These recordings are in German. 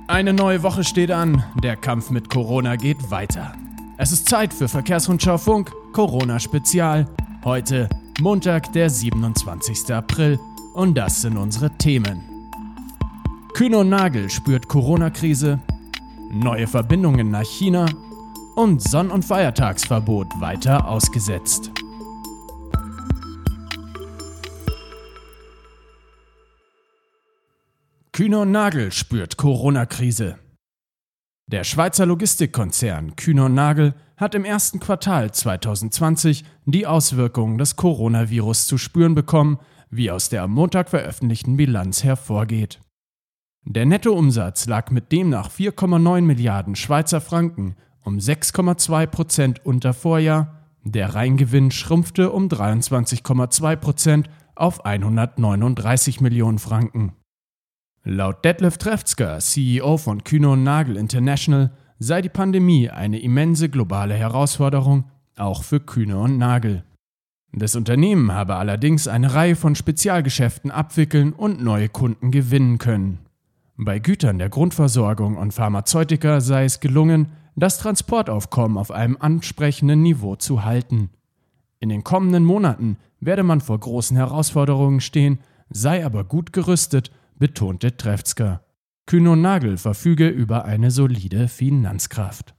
Eine neue Woche steht an, der Kampf mit Corona geht weiter. Es ist Zeit für Verkehrsrundschau Funk, Corona-Spezial. Heute Montag, der 27. April und das sind unsere Themen. Kühne + Nagel spürt Corona-Krise, neue Verbindungen nach China und Sonn- und Feiertagsverbot weiter ausgesetzt. Kühne + Nagel spürt Corona-Krise. Der Schweizer Logistikkonzern Kühne + Nagel hat im ersten Quartal 2020 die Auswirkungen des Coronavirus zu spüren bekommen, wie aus der am Montag veröffentlichten Bilanz hervorgeht. Der Nettoumsatz lag mit demnach 4,9 Milliarden Schweizer Franken um 6,2% unter Vorjahr, der Reingewinn schrumpfte um 23,2% auf 139 Millionen Franken. Laut Detlef Trefzger, CEO von Kühne + Nagel International, sei die Pandemie eine immense globale Herausforderung, auch für Kühne + Nagel. Das Unternehmen habe allerdings eine Reihe von Spezialgeschäften abwickeln und neue Kunden gewinnen können. Bei Gütern der Grundversorgung und Pharmazeutika sei es gelungen, das Transportaufkommen auf einem ansprechenden Niveau zu halten. In den kommenden Monaten werde man vor großen Herausforderungen stehen, sei aber gut gerüstet, betonte Trefzger. Kühne + Nagel verfüge über eine solide Finanzkraft.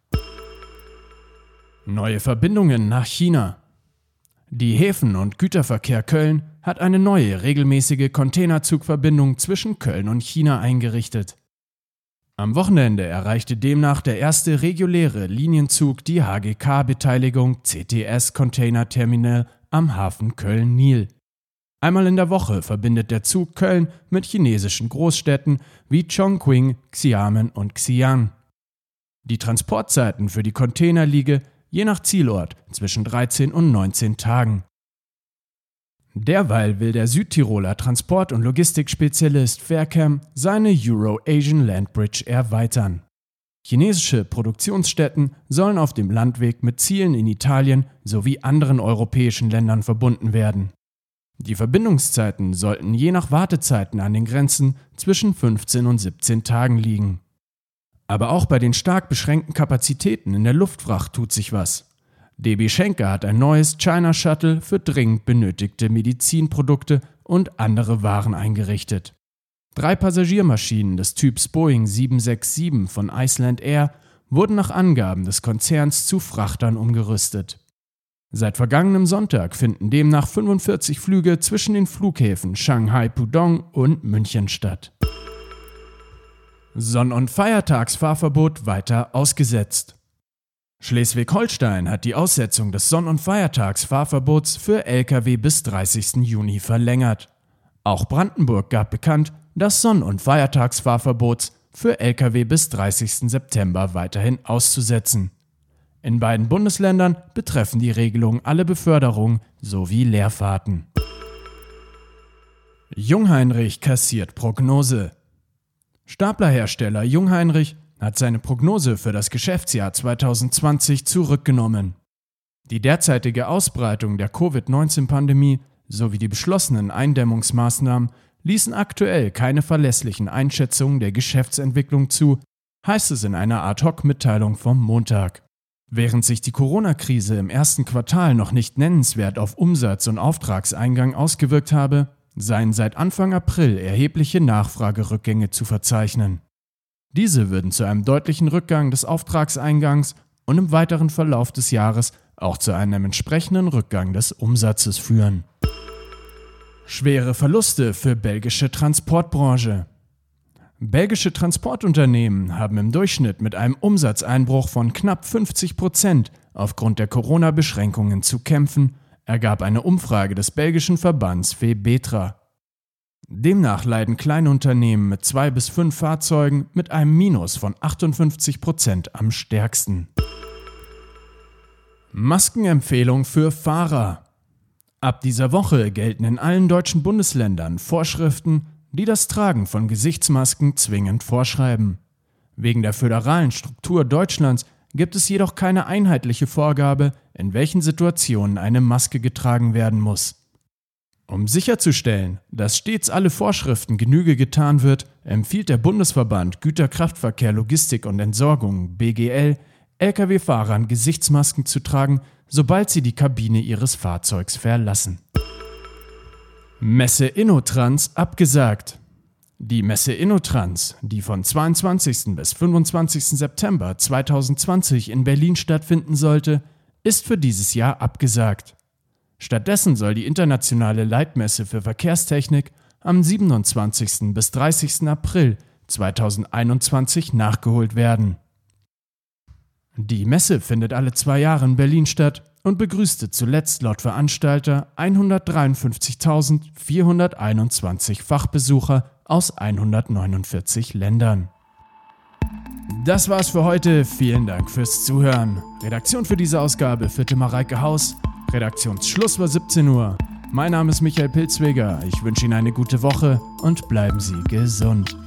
Neue Verbindungen nach China. Die Häfen- und Güterverkehr Köln hat eine neue regelmäßige Containerzugverbindung zwischen Köln und China eingerichtet. Am Wochenende erreichte demnach der erste reguläre Linienzug die HGK-Beteiligung CTS Container Terminal am Hafen Köln-Nil. Einmal in der Woche verbindet der Zug Köln mit chinesischen Großstädten wie Chongqing, Xiamen und Xi'an. Die Transportzeiten für die Container liegen, je nach Zielort, zwischen 13 und 19 Tagen. Derweil will der Südtiroler Transport- und Logistikspezialist Faircam seine Euro-Asian Landbridge erweitern. Chinesische Produktionsstätten sollen auf dem Landweg mit Zielen in Italien sowie anderen europäischen Ländern verbunden werden. Die Verbindungszeiten sollten je nach Wartezeiten an den Grenzen zwischen 15 und 17 Tagen liegen. Aber auch bei den stark beschränkten Kapazitäten in der Luftfracht tut sich was. DB Schenker hat ein neues China Shuttle für dringend benötigte Medizinprodukte und andere Waren eingerichtet. 3 Passagiermaschinen des Typs Boeing 767 von Iceland Air wurden nach Angaben des Konzerns zu Frachtern umgerüstet. Seit vergangenem Sonntag finden demnach 45 Flüge zwischen den Flughäfen Shanghai-Pudong und München statt. Sonn- und Feiertagsfahrverbot weiter ausgesetzt. Schleswig-Holstein hat die Aussetzung des Sonn- und Feiertagsfahrverbots für Lkw bis 30. Juni verlängert. Auch Brandenburg gab bekannt, das Sonn- und Feiertagsfahrverbots für Lkw bis 30. September weiterhin auszusetzen. In beiden Bundesländern betreffen die Regelungen alle Beförderungen sowie Leerfahrten. Jungheinrich kassiert Prognose. Staplerhersteller Jungheinrich hat seine Prognose für das Geschäftsjahr 2020 zurückgenommen. Die derzeitige Ausbreitung der Covid-19-Pandemie sowie die beschlossenen Eindämmungsmaßnahmen ließen aktuell keine verlässlichen Einschätzungen der Geschäftsentwicklung zu, heißt es in einer Ad-Hoc-Mitteilung vom Montag. Während sich die Corona-Krise im ersten Quartal noch nicht nennenswert auf Umsatz und Auftragseingang ausgewirkt habe, seien seit Anfang April erhebliche Nachfragerückgänge zu verzeichnen. Diese würden zu einem deutlichen Rückgang des Auftragseingangs und im weiteren Verlauf des Jahres auch zu einem entsprechenden Rückgang des Umsatzes führen. Schwere Verluste für belgische Transportbranche. Belgische Transportunternehmen haben im Durchschnitt mit einem Umsatzeinbruch von knapp 50% aufgrund der Corona-Beschränkungen zu kämpfen, ergab eine Umfrage des belgischen Verbands Febetra. Demnach leiden Kleinunternehmen mit 2 bis 5 Fahrzeugen mit einem Minus von 58% am stärksten. Maskenempfehlung für Fahrer. Ab dieser Woche gelten in allen deutschen Bundesländern Vorschriften, die das Tragen von Gesichtsmasken zwingend vorschreiben. Wegen der föderalen Struktur Deutschlands gibt es jedoch keine einheitliche Vorgabe, in welchen Situationen eine Maske getragen werden muss. Um sicherzustellen, dass stets alle Vorschriften Genüge getan wird, empfiehlt der Bundesverband Güterkraftverkehr, Logistik und Entsorgung (BGL) Lkw-Fahrern Gesichtsmasken zu tragen, sobald sie die Kabine ihres Fahrzeugs verlassen. Messe InnoTrans abgesagt. Die Messe InnoTrans, die von 22. bis 25. September 2020 in Berlin stattfinden sollte, ist für dieses Jahr abgesagt. Stattdessen soll die internationale Leitmesse für Verkehrstechnik am 27. bis 30. April 2021 nachgeholt werden. Die Messe findet alle 2 Jahre in Berlin statt und begrüßte zuletzt laut Veranstalter 153.421 Fachbesucher aus 149 Ländern. Das war's für heute. Vielen Dank fürs Zuhören. Redaktion für diese Ausgabe führte Mareike Haus. Redaktionsschluss war 17 Uhr. Mein Name ist Michael Pilzweger. Ich wünsche Ihnen eine gute Woche und bleiben Sie gesund.